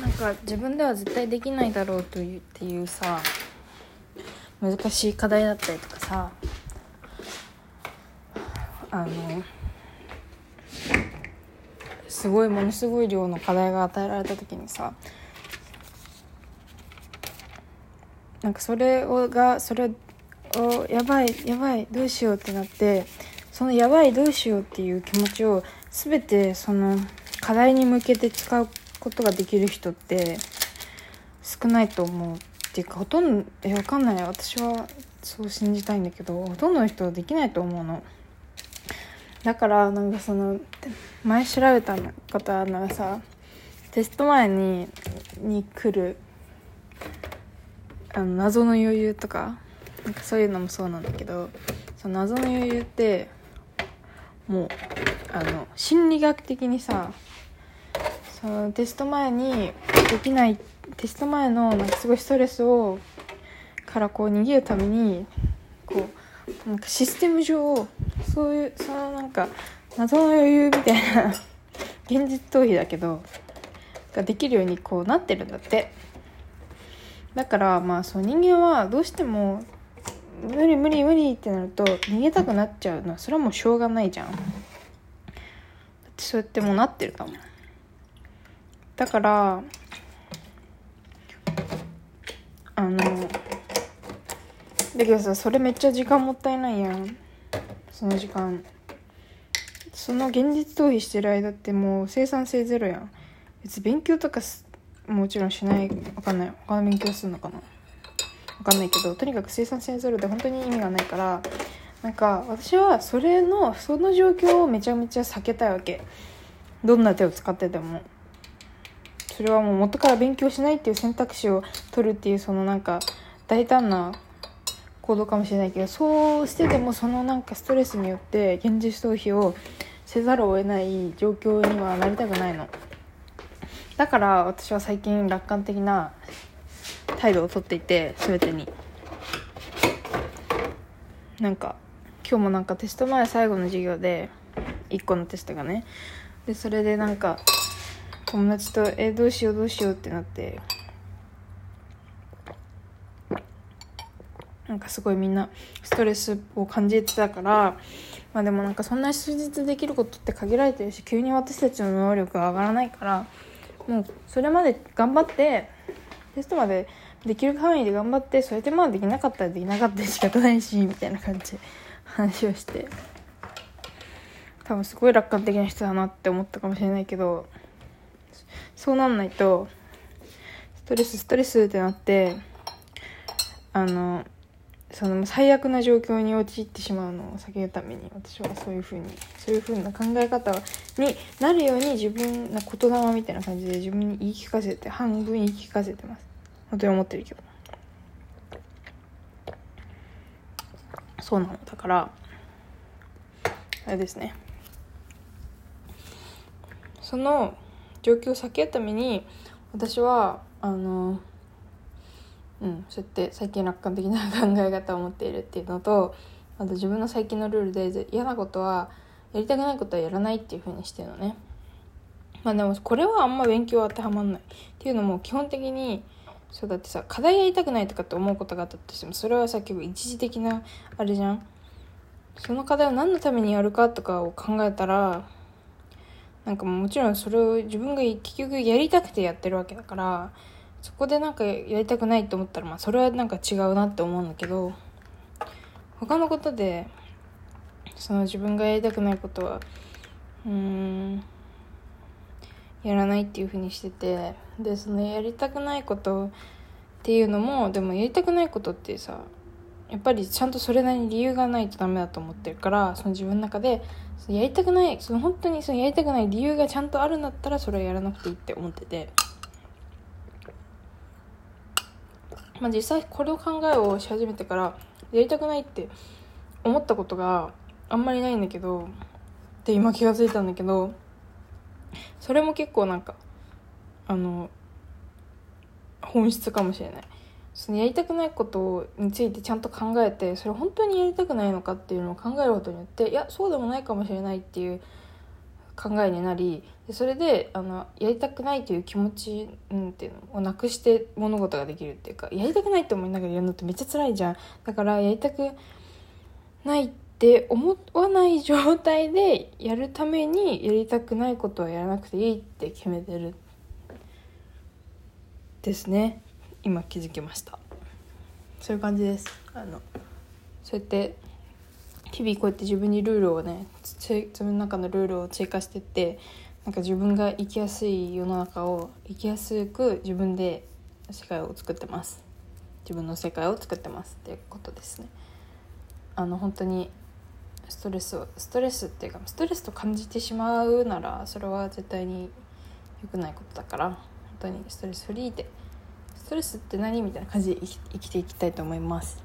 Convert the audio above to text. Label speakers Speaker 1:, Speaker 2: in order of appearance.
Speaker 1: なんか自分では絶対できないだろうというっていうさ、難しい課題だったりとかさ、ものすごい量の課題が与えられた時にさ、なんかそれをやばいどうしようってなって、そのやばいどうしようっていう気持ちを全てその課題に向けて使うことができる人って少ないと思うっていうか、ほとんどわかんない、私はそう信じたいんだけど、ほとんどの人はできないと思うの。だからなんかその前調べた方ならさ、テスト前に来る謎の余裕とか、なんかそういうのもそうなんだけど、その謎の余裕ってもう心理学的にさ、そのテスト前にできない、テスト前のなんかすごいストレスからこう逃げるためにこうなんかシステム上そういうそのなんか謎の余裕みたいな現実逃避だけどができるようにこうなってるんだって。だからまあそう、人間はどうしても無理ってなると逃げたくなっちゃうのはそれはもうしょうがないじゃん。だってそうやってもうなってるかも。だからだけどさ、それめっちゃ時間もったいないやん。その時間、その現実逃避してる間ってもう生産性ゼロやん。別に勉強とかもちろんしない、わかんない、他の勉強するのかな、わかんないけど、とにかく生産性ゼロで本当に意味がないから、なんか私はその状況をめちゃめちゃ避けたいわけ。どんな手を使ってても。それはもう元から勉強しないっていう選択肢を取るっていう、そのなんか大胆な行動かもしれないけど、そうしてでもそのなんかストレスによって現実逃避をせざるを得ない状況にはなりたくないの。だから私は最近楽観的な態度をとっていて、全てに。なんか今日もなんかテスト前最後の授業で1個のテストがね、でそれでなんか友達とどうしようってなって、なんかすごいみんなストレスを感じてたから、まあでもなんかそんな数日できることって限られてるし、急に私たちの能力が上がらないから、もうそれまで頑張ってテストまでできる範囲で頑張って、それでまあできなかったらできなかったで仕方ないしみたいな感じで話をして、多分すごい楽観的な人だなって思ったかもしれないけど、そうなんないとストレスってなってその最悪な状況に陥ってしまうのを避けるために、私はそういう風な考え方になるように自分の言霊みたいな感じで自分に言い聞かせて、半分言い聞かせてます。本当に思ってるけど、そうなの。だからあれですね、その状況を避けるために私はそうやって最近楽観的な考え方を持っているっていうのと、あと自分の最近のルールで嫌なことはやりたくないことはやらないっていう風にしてるのね。まあでもこれはあんま勉強は当てはまんないっていうのも、基本的にそうだってさ、課題やりたくないとかって思うことがあったとしても、それはさ結構一時的なあれじゃん。その課題を何のためにやるかとかを考えたら、なんかもちろんそれを自分が結局やりたくてやってるわけだから、そこでなんかやりたくないと思ったら、まあそれはなんか違うなって思うんだけど、他のことでその自分がやりたくないことはやらないっていう風にしてて、でそのやりたくないことっていうのも、でもやりたくないことってさ、やっぱりちゃんとそれなりに理由がないとダメだと思ってるから、その自分の中でやりたくない、その本当にそのやりたくない理由がちゃんとあるんだったら、それはやらなくていいって思ってて、まあ実際この考えをし始めてからやりたくないって思ったことがあんまりないんだけど、って今気がついたんだけど、それも結構なんか本質かもしれない。そのやりたくないことについてちゃんと考えて、それ本当にやりたくないのかっていうのを考えることによって、いやそうでもないかもしれないっていう考えになり、でそれでやりたくないという気持ち、っていうのをなくして物事ができるっていうか、やりたくないって思いながらやるのってめっちゃ辛いじゃん。だからやりたくないって思わない状態でやるために、やりたくないことはやらなくていいって決めてるですね。今気づきました。そういう感じです。そうやって日々こうやって自分にルールをね、自分の中のルールを追加してって、なんか自分が生きやすい世の中を生きやすく自分で世界を作ってます。自分の世界を作ってますっていうことですね。本当にストレスっていうか、ストレスと感じてしまうならそれは絶対に良くないことだから、本当にストレスフリーで、ストレスって何みたいな感じで生きていきたいと思います。